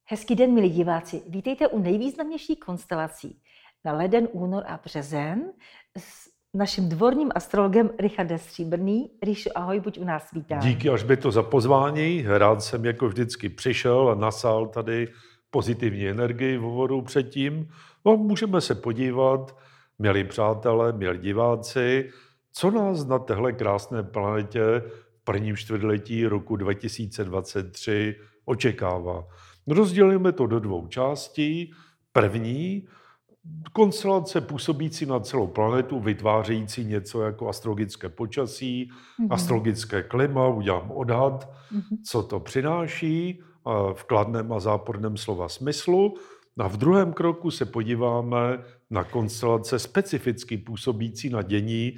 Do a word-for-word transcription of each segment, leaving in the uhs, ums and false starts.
Hezký den, milí diváci. Vítejte u nejvýznamnějších konstelací na leden, únor a březen s naším dvorním astrologem Richardem Stříbrný. Ríšo, ahoj, buď u nás vítán. Díky, Alžběto, za pozvání. Rád jsem jako vždycky přišel a nasál tady pozitivní energii v hovoru předtím. No, můžeme se podívat, milí přátelé, milí diváci, co nás na téhle krásné planetě v prvním čtvrtletí roku dva tisíce dvacet tři očekává. Rozdělíme to do dvou částí. První, konstelace působící na celou planetu, vytvářející něco jako astrologické počasí, mm-hmm. astrologické klima, udělám odhad, mm-hmm. co to přináší v kladném a záporném slova smyslu. A v druhém kroku se podíváme na konstelace specificky působící na dění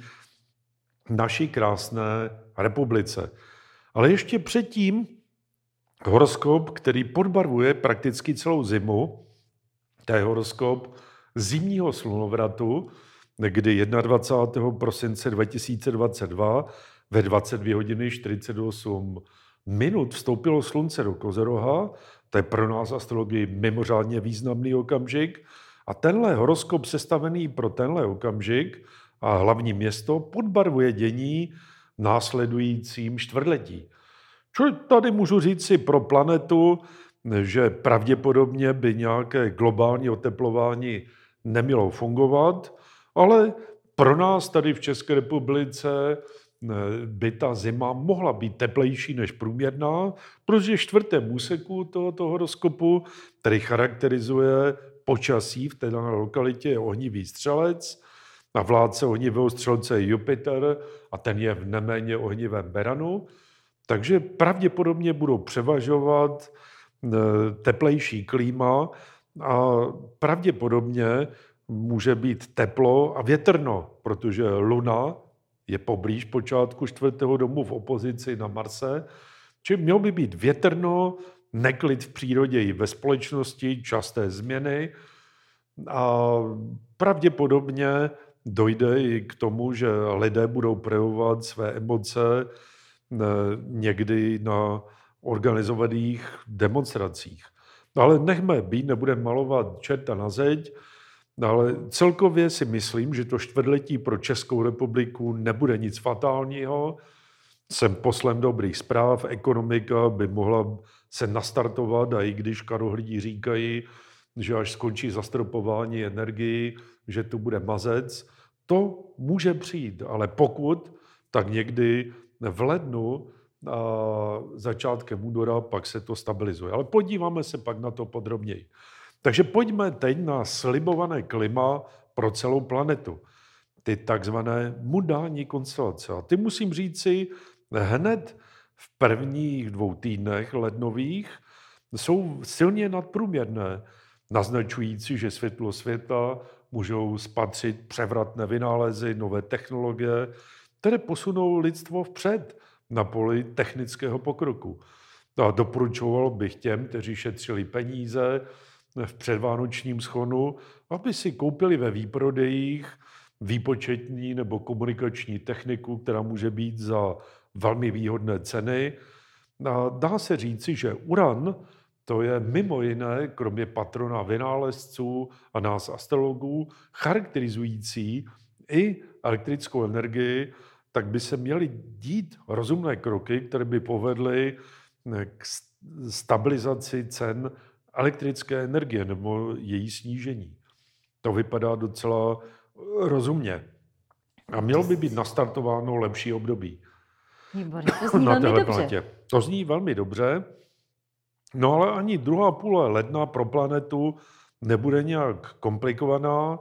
naší krásné republice. Ale ještě předtím horoskop, který podbarvuje prakticky celou zimu, to je horoskop zimního slunovratu, kdy dvacátého prvního prosince dva tisíce dvacet dva ve dvacet dvě hodiny čtyřicet osm minut vstoupilo slunce do Kozoroha. To je pro nás astrologii mimořádně významný okamžik. A tenhle horoskop sestavený pro tenhle okamžik a hlavní město podbarvuje dění následujícím čtvrtletí. Čili tady můžu říct si pro planetu, že pravděpodobně by nějaké globální oteplování nemělo fungovat, ale pro nás tady v České republice by ta zima mohla být teplejší než průměrná, protože čtvrtém úseku tohoto horoskopu, který charakterizuje počasí v té dané lokalitě, je ohnivý střelec, a vládce ohnivého střelce je Jupiter a ten je v neméně ohnivém beranu, takže pravděpodobně budou převažovat teplejší klíma a pravděpodobně může být teplo a větrno, protože Luna je poblíž počátku čtvrtého domu v opozici na Marse, čili mělo by být větrno, neklid v přírodě i ve společnosti, časté změny a pravděpodobně dojde i k tomu, že lidé budou projevovat své emoce někdy na organizovaných demonstracích. Ale nechme být, nebudeme malovat čerta na zeď, ale celkově si myslím, že to čtvrtletí pro Českou republiku nebude nic fatálního. Jsem poslem dobrých zpráv, ekonomika by mohla se nastartovat a i když karohlídi říkají, že až skončí zastropování energií, že tu bude mazec, to může přijít, ale pokud, tak někdy v lednu a začátkem února pak se to stabilizuje. Ale podíváme se pak na to podrobněji. Takže pojďme teď na slibované klima pro celou planetu. Ty takzvané mundánní konstelace. A ty musím říci, hned v prvních dvou týdnech lednových jsou silně nadprůměrné, naznačující, že světlo světa můžou spatřit převratné vynálezy, nové technologie, které posunou lidstvo vpřed na poli technického pokroku. A doporučoval bych těm, kteří šetřili peníze v předvánočním schonu, aby si koupili ve výprodejích výpočetní nebo komunikační techniku, která může být za velmi výhodné ceny. A dá se říci, že uran, to je mimo jiné, kromě patrona vynálezců a nás astrologů, charakterizující i elektrickou energii, tak by se měly dít rozumné kroky, které by povedly k stabilizaci cen elektrické energie nebo její snížení. To vypadá docela rozumně. A mělo by být nastartováno lepší období. Výborně, to zní na velmi dobře. Planetě. To zní velmi dobře. No ale ani druhá půle ledna pro planetu nebude nějak komplikovaná.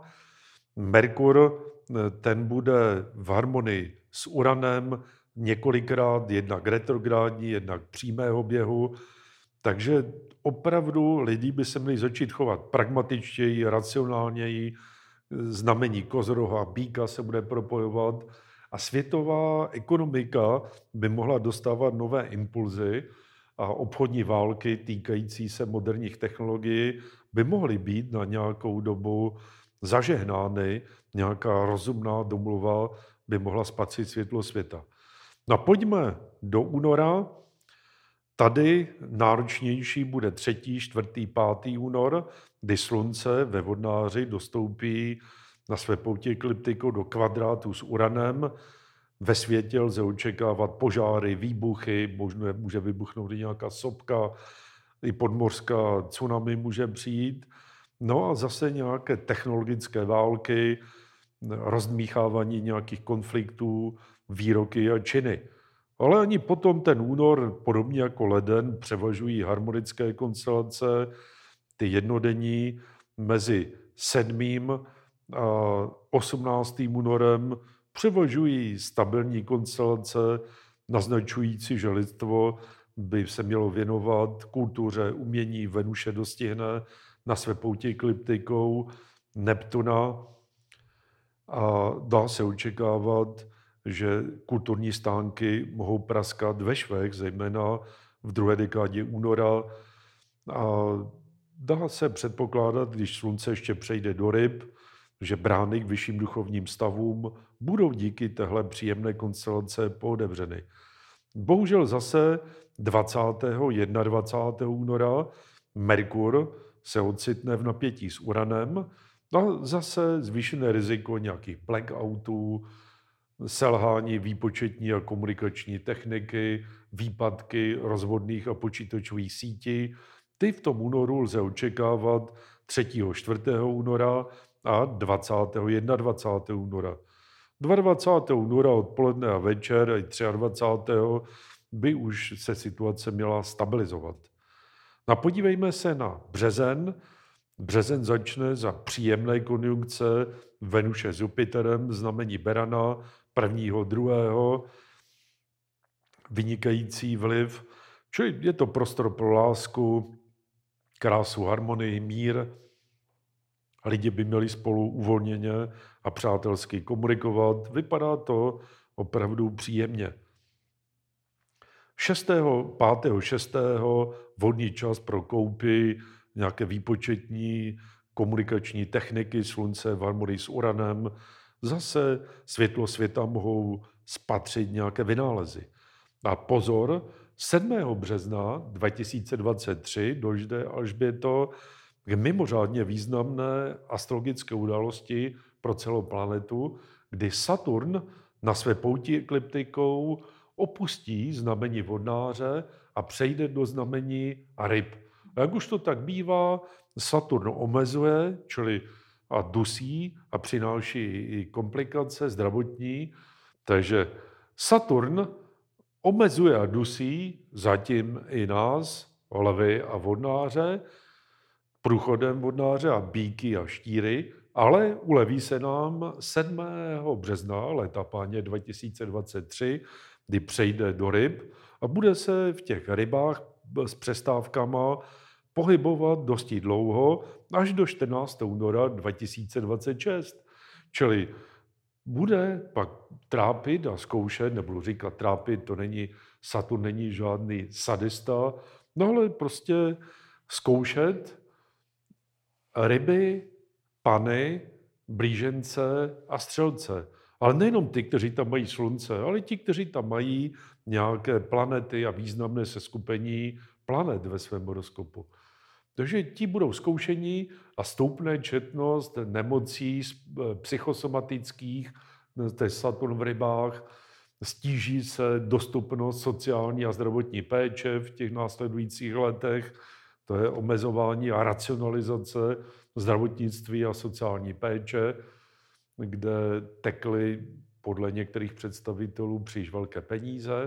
Merkur, ten bude v harmonii s Uranem několikrát, jednak retrográdní, jednak přímého běhu. Takže opravdu lidi by se měli začít chovat pragmatičtěji, racionálněji. Znamení Kozoroha, Býka se bude propojovat a světová ekonomika by mohla dostávat nové impulzy a obchodní války týkající se moderních technologií by mohly být na nějakou dobu zažehnány, nějaká rozumná domluva by mohla spatřit světlo světa. No a pojďme do února. Tady náročnější bude třetí, čtvrtý, pátý únor, kdy Slunce ve Vodnáři dostoupí na své poutě ekliptikou do kvadrátu s Uranem. Ve světě lze očekávat požáry, výbuchy, možná může vybuchnout i nějaká sopka, i podmořská tsunami může přijít. No a zase nějaké technologické války, rozdmíchávání nějakých konfliktů, výroky a činy. Ale ani potom ten únor, podobně jako leden, převažují harmonické konstelace, ty jednodenní mezi sedmým a osmnáctým únorem převažují stabilní konstelace, naznačující, že lidstvo by se mělo věnovat kultuře, umění. Venuše dostihne na své pouti ekliptikou Neptuna a dá se očekávat, že kulturní stánky mohou praskat ve švech, zejména v druhé dekádě února. A dá se předpokládat, když Slunce ještě přejde do Ryb, že brány k vyšším duchovním stavům budou díky téhle příjemné konstelace pootevřeny. Bohužel zase dvacátého dvacátého prvního února Merkur se ocitne v napětí s Uranem a zase zvýšené riziko nějakých blackoutů, selhání výpočetní a komunikační techniky, výpadky rozvodných a počítačových sítí. Ty v tom únoru lze očekávat třetího čtvrtého února a dvacátého dvacátého prvního února. dvacátého druhého února odpoledne a večer a dvacátého třetího by už se situace měla stabilizovat. No a podívejme se na březen. Březen začne za příjemné konjunkce Venuše s Jupiterem, znamení Berana, prvního, druhého, vynikající vliv. Čili je to prostor pro lásku, krásu, harmonii, mír. Lidi by měli spolu uvolněně a přátelsky komunikovat. Vypadá to opravdu příjemně. šestého pátého šestého vhodný čas pro koupy, nějaké výpočetní, komunikační techniky, Slunce v harmonii s Uranem. Zase světlo světa mohou spatřit nějaké vynálezy. A pozor, sedmého března dva tisíce dvacet tři dojde Alžběto k mimořádně významné astrologické události pro celou planetu, kdy Saturn na své pouti ekliptikou opustí znamení Vodnáře a přejde do znamení Ryb. A jak už to tak bývá, Saturn omezuje, čili a dusí a přináší i komplikace zdravotní. Takže Saturn omezuje a dusí zatím i nás, lvy a vodnáře, průchodem vodnáře a býky a štíry, ale uleví se nám sedmého března léta páně dva tisíce dvacet tři, kdy přejde do Ryb a bude se v těch rybách s přestávkama pohybovat dosti dlouho, až do čtrnáctého února dva tisíce dvacet šest. Čili bude pak trápit a zkoušet, nebudu říkat trápit, to není, Saturn není žádný sadista, no ale prostě zkoušet ryby, pany, blížence a střelce. Ale nejenom ty, kteří tam mají Slunce, ale ti, kteří tam mají nějaké planety a významné seskupení planet ve svém horoskopu. Takže ti budou zkoušení a stoupne četnost nemocí psychosomatických, to je Saturn v rybách, stíží se dostupnost sociální a zdravotní péče v těch následujících letech, to je omezování a racionalizace zdravotnictví a sociální péče, kde tekly podle některých představitelů příliš velké peníze.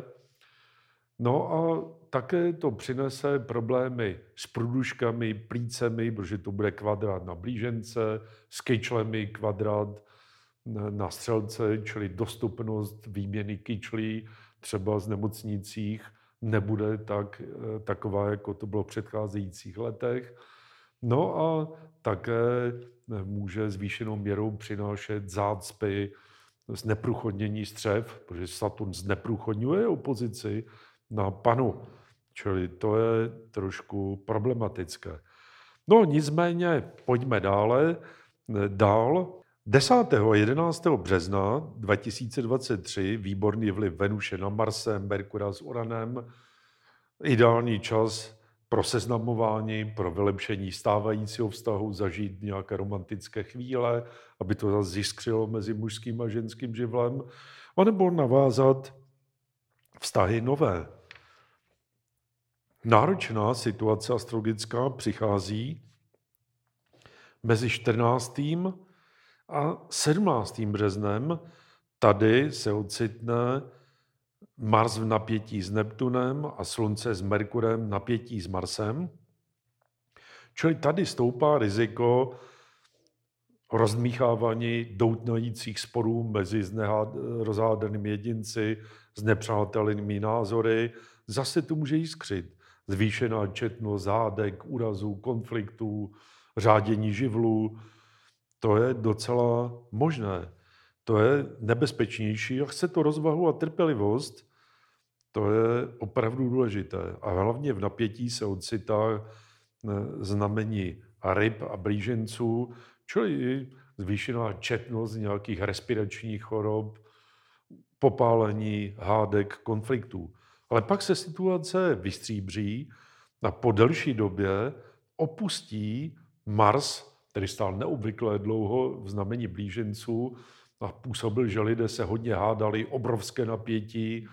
No a také to přinese problémy s průduškami, plícemi, protože to bude kvadrát na blížence, s kyčlemi kvadrát na střelce, čili dostupnost výměny kyčlí třeba z nemocnicích nebude tak, taková, jako to bylo v předcházejících letech. No a také může zvýšenou měrou přinášet zácpy, zneprůchodnění střev, protože Saturn zneprůchodňuje opozici na panu, čili to je trošku problematické. No nicméně pojďme dále. Dál. desátého a jedenáctého března dva tisíce dvacet tři výborný vliv Venuše na Marse, Merkura s Uranem, ideální čas pro seznamování, pro vylepšení stávajícího vztahu, zažít nějaké romantické chvíle, aby to zase ziskřilo mezi mužským a ženským živlem, anebo navázat vztahy nové. Náročná situace astrologická přichází mezi čtrnáctým a sedmnáctým březnem. Tady se ocitne Mars v napětí s Neptunem a Slunce s Merkurem v napětí s Marsem. Čili tady stoupá riziko rozdmíchávání doutnajících sporů mezi rozhádanými jedinci, s nepřátelnými názory. Zase tu může jiskřit zvýšená četnost hádek, úrazů, konfliktů, řádění živlů. To je docela možné. To je nebezpečnější a chce to rozvahu a trpělivost. To je opravdu důležité. A hlavně v napětí se ocitá znamení ryb a blíženců, čili zvýšená četnost nějakých respiračních chorob, popálení, hádek, konfliktů. Ale pak se situace vystříbří a po delší době opustí Mars, který stál neobvykle dlouho v znamení blíženců a působil, že lidé se hodně hádali, obrovské napětí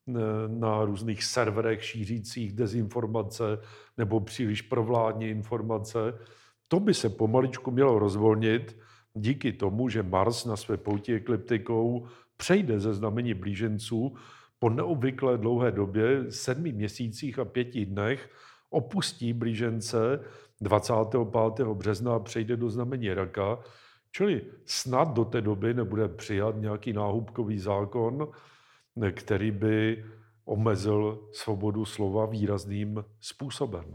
na různých serverech šířících dezinformace nebo příliš provládní informace. To by se pomaličku mělo rozvolnit díky tomu, že Mars na své pouti ekliptikou přejde ze znamení blíženců po neobvyklé dlouhé době, sedmi měsících a pěti dnech, opustí blížence dvacátého pátého března a přejde do znamení Raka, čili snad do té doby nebude přijat nějaký náhubkový zákon, který by omezil svobodu slova výrazným způsobem.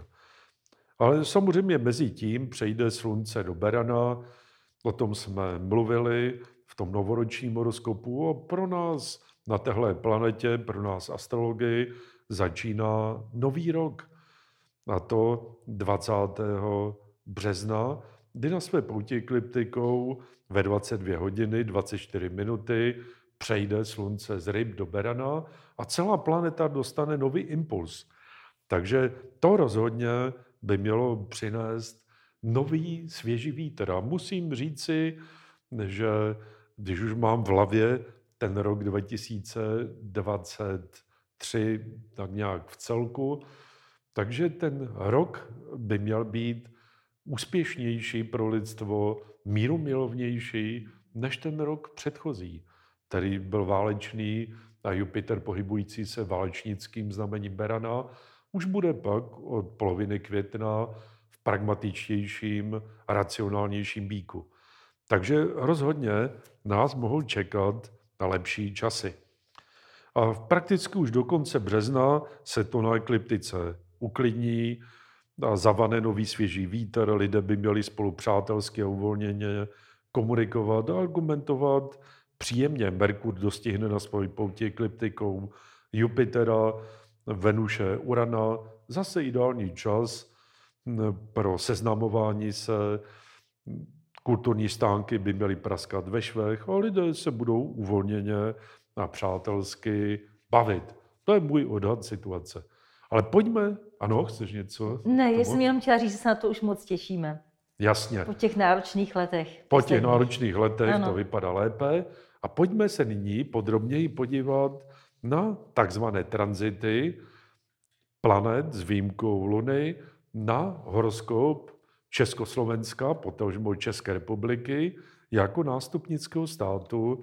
Ale samozřejmě mezi tím přejde Slunce do Berana, o tom jsme mluvili v tom novoročním horoskopu a pro nás na téhle planetě, pro nás astrologii, začíná nový rok. A to dvacátého března, kdy na své pouti ekliptikou ve dvacet dvě hodiny dvacet čtyři minuty přejde Slunce z Ryb do Berana a celá planeta dostane nový impuls. Takže to rozhodně by mělo přinést nový svěží vítr. A musím říci, že když už mám v hlavě ten rok dva tisíce dvacet tři tak nějak v celku, takže ten rok by měl být úspěšnější pro lidstvo, mírumilovnější než ten rok předchozí, který byl válečný a Jupiter pohybující se válečnickým znamením Berana už bude pak od poloviny května v pragmatičtějším a racionálnějším bíku. Takže rozhodně nás mohou čekat na lepší časy. A prakticky už do konce března se to na ekliptice uklidní a zavane nový svěží vítr, lidé by měli spolu přátelsky a uvolněně komunikovat a argumentovat příjemně. Merkur dostihne na svoji pouti ekliptikou Jupitera, Venuše, Urana. Zase ideální čas pro seznamování se. Kulturní stánky by měly praskat ve švech a lidé se budou uvolněně a přátelsky bavit. To je můj odhad situace. Ale pojďme, ano, chceš něco? Ne, já jsem jenom chtěla říct, že se na to už moc těšíme. Jasně. Po těch náročných letech. Po těch náročných letech ano. To vypadá lépe. A pojďme se nyní podrobněji podívat na takzvané tranzity planet s výjimkou Luny na horoskop Československa, potažmo České republiky, jako nástupnického státu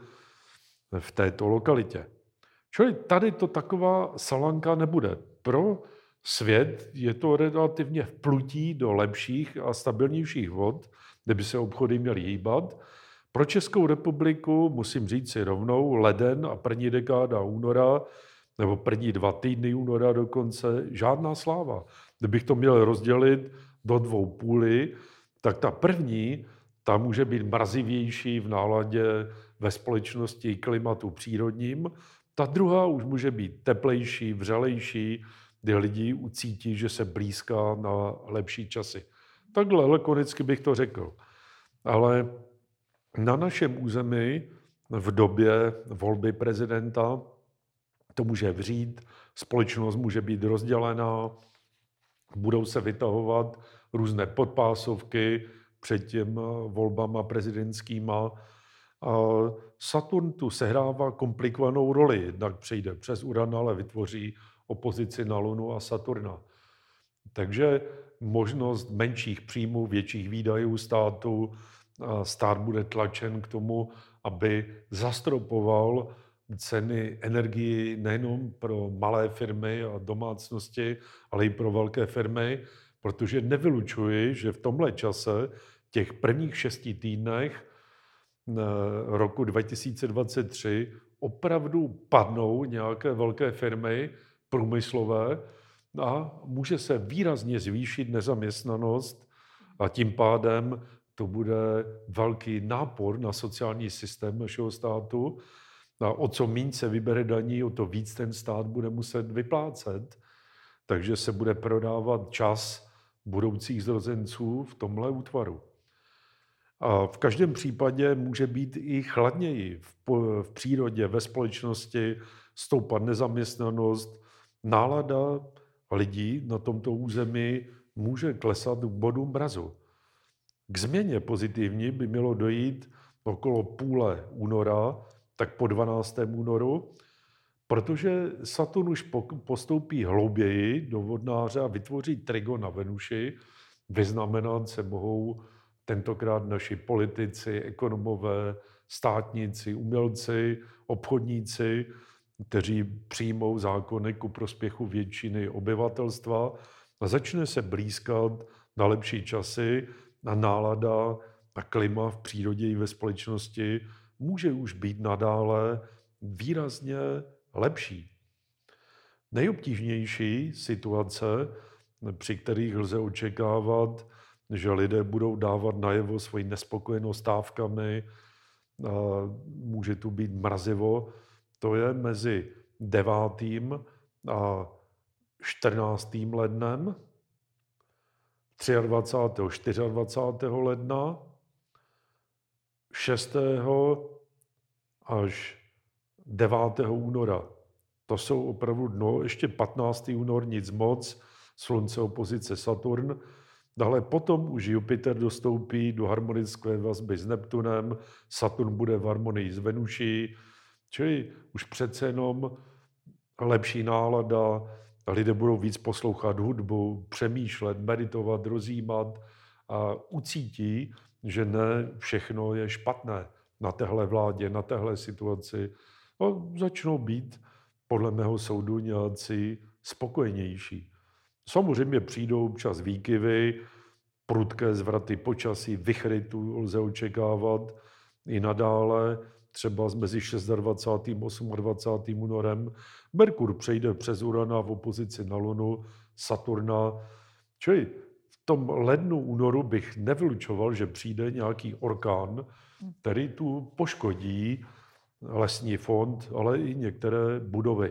v této lokalitě. Čili tady to taková salanka nebude. Pro svět je to relativně vplutí do lepších a stabilnějších vod, kde by se obchody měly hýbat. Pro Českou republiku, musím říct si rovnou, leden a první dekáda února, nebo první dva týdny února dokonce, žádná sláva. Kdybych to měl rozdělit do dvou půly, tak ta první, ta může být mrazivější v náladě ve společnosti klimatu přírodním, ta druhá už může být teplejší, vřelejší, kdy lidi ucítí, že se blízká na lepší časy. Takhle lakonicky bych to řekl. Ale na našem území v době volby prezidenta to může vřít, společnost může být rozdělená, budou se vytahovat různé podpásovky před těmi volbama prezidentskýma. A Saturn tu sehrává komplikovanou roli, jednak přejde přes Uran, ale vytvoří opozici na Lunu a Saturna. Takže možnost menších příjmů, větších výdajů státu, stát bude tlačen k tomu, aby zastropoval ceny energii nejenom pro malé firmy a domácnosti, ale i pro velké firmy, protože nevylučuji, že v tomhle čase, těch prvních šesti týdnech roku dva tisíce dvacet tři, opravdu padnou nějaké velké firmy průmyslové a může se výrazně zvýšit nezaměstnanost a tím pádem to bude velký nápor na sociální systém našeho státu. A o co míň se vybere daní, o to víc ten stát bude muset vyplácet. Takže se bude prodávat čas budoucích zrozenců v tomhle útvaru. A v každém případě může být i chladněji v, v přírodě, ve společnosti, stoupat nezaměstnanost. Nálada lidí na tomto území může klesat k bodu mrazu. K změně pozitivní by mělo dojít okolo půle února, tak po dvanáctém únoru, protože Saturn už postoupí hlouběji do vodnáře a vytvoří trigon na Venuši. Vyznamenat se mohou tentokrát naši politici, ekonomové, státníci, umělci, obchodníci, kteří přijmou zákony ku prospěchu většiny obyvatelstva a začne se blýskat na lepší časy a nálada a klima v přírodě i ve společnosti může už být nadále výrazně lepší. Nejobtížnější situace, při kterých lze očekávat, že lidé budou dávat najevo svoji nespokojenost stávkami, může tu být mrazivo, to je mezi devátým a čtrnáctým lednem, dvacátého třetího, dvacátého čtvrtého ledna, šestého až devátého února. To jsou opravdu dno, ještě patnáctého únor nic moc, Slunce opozice Saturn, ale potom už Jupiter dostoupí do harmonické vazby s Neptunem, Saturn bude v harmonii s Venuší, čili už přece jenom lepší nálada, lidé budou víc poslouchat hudbu, přemýšlet, meditovat, rozjímat a ucítí, že ne všechno je špatné na téhle vládě, na téhle situaci. A začnou být, podle mého soudu, nějací spokojenější. Samozřejmě přijdou občas výkyvy, prudké zvraty počasí, vichry tu lze očekávat i nadále, třeba mezi dvacátým šestým a dvacátým osmým únorem. Merkur přejde přes Urana v opozici na Lunu, Saturna. Čili v tom lednu, únoru bych nevylučoval, že přijde nějaký orkán, který tu poškodí lesní fond, ale i některé budovy.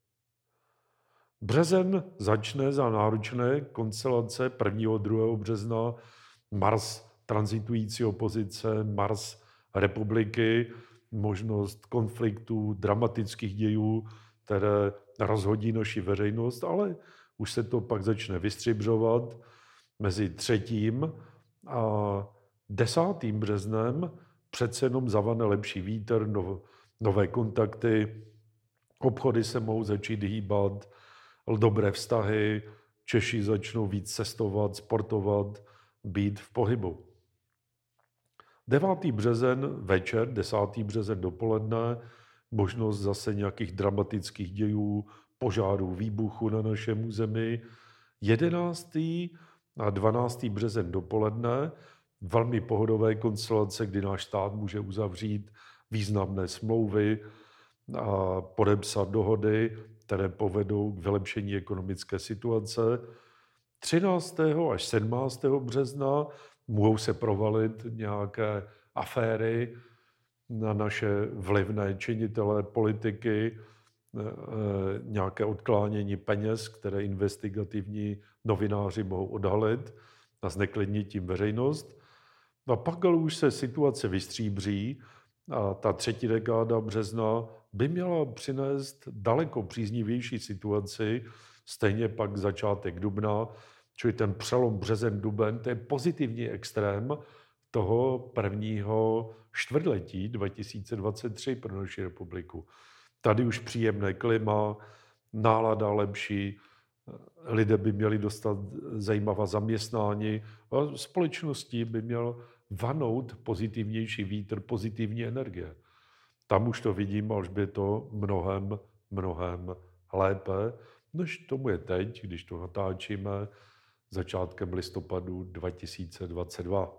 Březen začne za náročné konstelace prvního a druhého března, Mars tranzitující opozice, Mars republiky, možnost konfliktů, dramatických dějů, které rozhodí naši veřejnost, ale už se to pak začne vystřibřovat mezi třetím a desátým březnem přece jenom zavane lepší vítr, nové kontakty, obchody se mohou začít hýbat, dobré vztahy, Češi začnou víc cestovat, sportovat, být v pohybu. devátý březen večer, desátý březen dopoledne, možnost zase nějakých dramatických dějů, požárů, výbuchu na našem území. jedenáctý a dvanáctý březen dopoledne, velmi pohodové konstelace, kdy náš stát může uzavřít významné smlouvy a podepsat dohody, které povedou k vylepšení ekonomické situace. třináctého až sedmnáctého března mohou se provalit nějaké aféry na naše vlivné činitele, politiky, nějaké odklánění peněz, které investigativní novináři mohou odhalit a zneklidnit tím veřejnost. A pak ale už se situace vystříbří a ta třetí dekáda března by měla přinést daleko příznivější situaci, stejně pak začátek dubna, čili ten přelom březen-duben, to je pozitivní extrém toho prvního čtvrtletí dva tisíce dvacet tři pro naši republiku. Tady už příjemné klima, nálada lepší, lidé by měli dostat zajímavá zaměstnání a společností by měl vanout pozitivnější vítr, pozitivní energie. Tam už to vidím, až by to mnohem, mnohem lépe, než tomu je teď, když to natáčíme začátkem listopadu dva tisíce dvacet dva.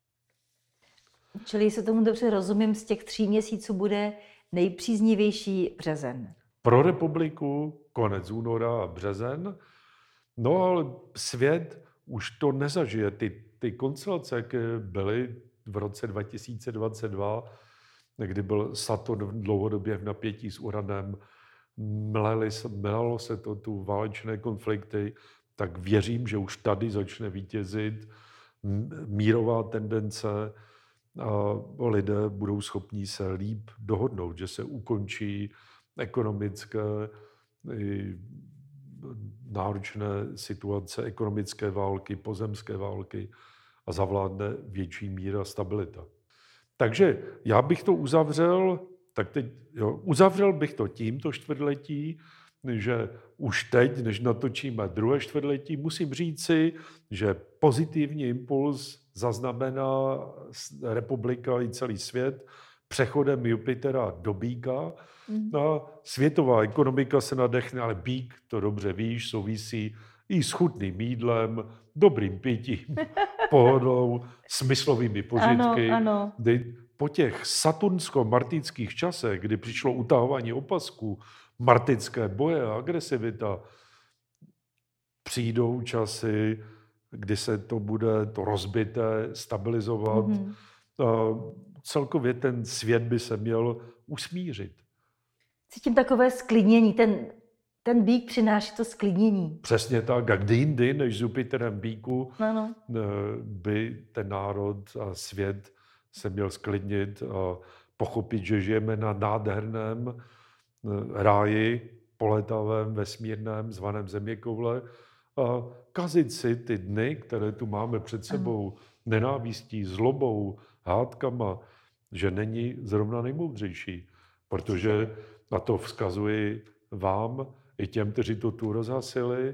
Čili, jestli tomu dobře rozumím, z těch tří měsíců bude nejpříznivější březen. Pro republiku konec února a březen, no ale svět už to nezažije. Ty, ty konstelace, jaké byly v roce dva tisíce dvacet dva, kdy byl Saturn dlouhodobě v napětí s Uranem, mleli, mlelo se to tu válečné konflikty, tak věřím, že už tady začne vítězit mírová tendence a lidé budou schopní se líp dohodnout, že se ukončí ekonomické i náročné situace, ekonomické války, pozemské války a zavládne větší míra stabilita. Takže já bych to uzavřel, tak teď, jo, uzavřel bych to tímto čtvrtletí, že už teď, než natočíme druhé čtvrtletí, musím říci, že pozitivní impuls zaznamená republika i celý svět přechodem Jupitera do Býka. A světová ekonomika se nadechne, ale Býk, to dobře víš, souvisí i s chutným jídlem, dobrým pitím, pohodou, smyslovými požitky. Ano, ano. Po těch saturnsko-martických časech, kdy přišlo utahování opasků, martické boje a agresivita, přijdou časy, kdy se to bude to rozbité stabilizovat. Mm-hmm. A celkově ten svět by se měl usmířit. Cítím takové sklidnění. Ten, ten Býk přináší to sklidnění. Přesně tak. A kdy jindy, než s Jupiterem Býku, ano. by ten národ a svět se měl sklidnit a pochopit, že žijeme na nádherném ráji, poletavém, vesmírném, zvaném Zeměkoule, a kazit si ty dny, které tu máme před sebou, ano. nenávistí, zlobou, hádkama, že není zrovna nejmoudřejší. Protože na to vzkazuji vám i těm, kteří to tu rozhasili.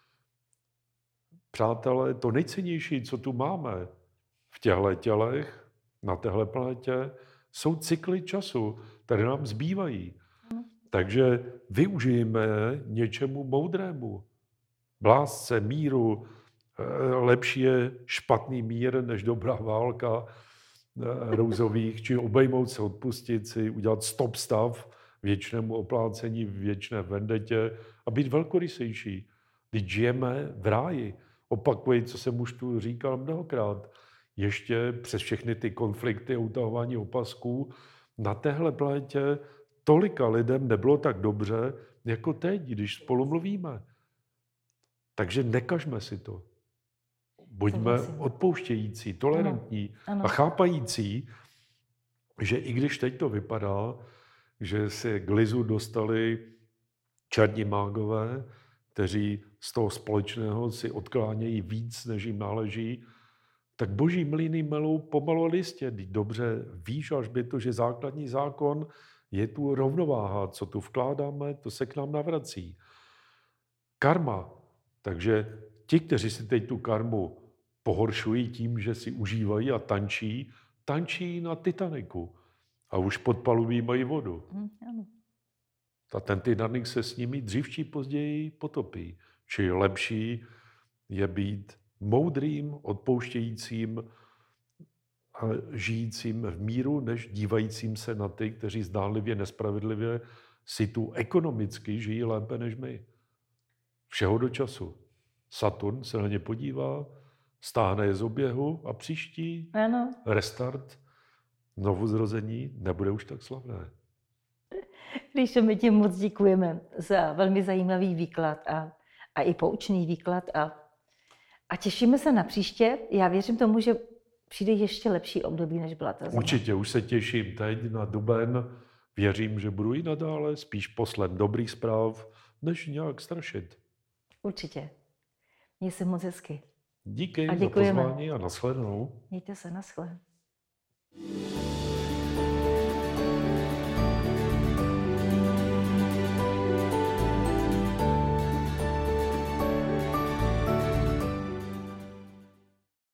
Přátelé, to nejcennější, co tu máme v těchto tělech, na téhle planetě, jsou cykly času, které nám zbývají. Takže využijeme něčemu moudrému. V lásce, míru, lepší je špatný mír, než dobrá válka rouzových, či obejmout se, odpustit si, udělat stop stav věčnému oplácení, věčné vendetě a být velkorysejší. Když žijeme v ráji, opakuji, co jsem už tu říkal mnohokrát, ještě přes všechny ty konflikty a utahování opasků, na téhle planetě tolika lidem nebylo tak dobře, jako teď, když spolu mluvíme. Takže nekažme si to. Buďme odpouštějící, tolerantní ano, ano. a chápající, že i když teď to vypadá, že si k lizu dostali černí mágové, kteří z toho společného si odklánějí víc, než jim náleží, tak boží mlýny melou pomalu a listě. Dobře víš, až by to, že základní zákon je tu rovnováha. Co tu vkládáme, to se k nám navrací. Karma. Takže ti, kteří si teď tu karmu pohoršují tím, že si užívají a tančí, tančí na Titaniku. A už pod palubí mají vodu. Mm, ano. A ten Titanic se s nimi dřív či později potopí. Čili lepší je být moudrým, odpouštějícím a žijícím v míru, než dívajícím se na ty, kteří zdánlivě nespravedlivě si tu ekonomicky žijí lépe než my. Všeho do času. Saturn se na ně podívá, stáhne je z oběhu a příští ano. restart, novozrození nebude už tak slavné. Když my ti moc děkujeme za velmi zajímavý výklad a, a i poučný výklad a, a těšíme se na příště. Já věřím tomu, že přijde ještě lepší období, než byla ta zima. Určitě, už se těším teď na duben, Věřím, že budu i nadále spíš poslem dobrých zpráv, než nějak strašit. Určitě. Měj se moc hezky. Díky A za děkujeme. pozvání a nashledanou. Mějte se, naschle.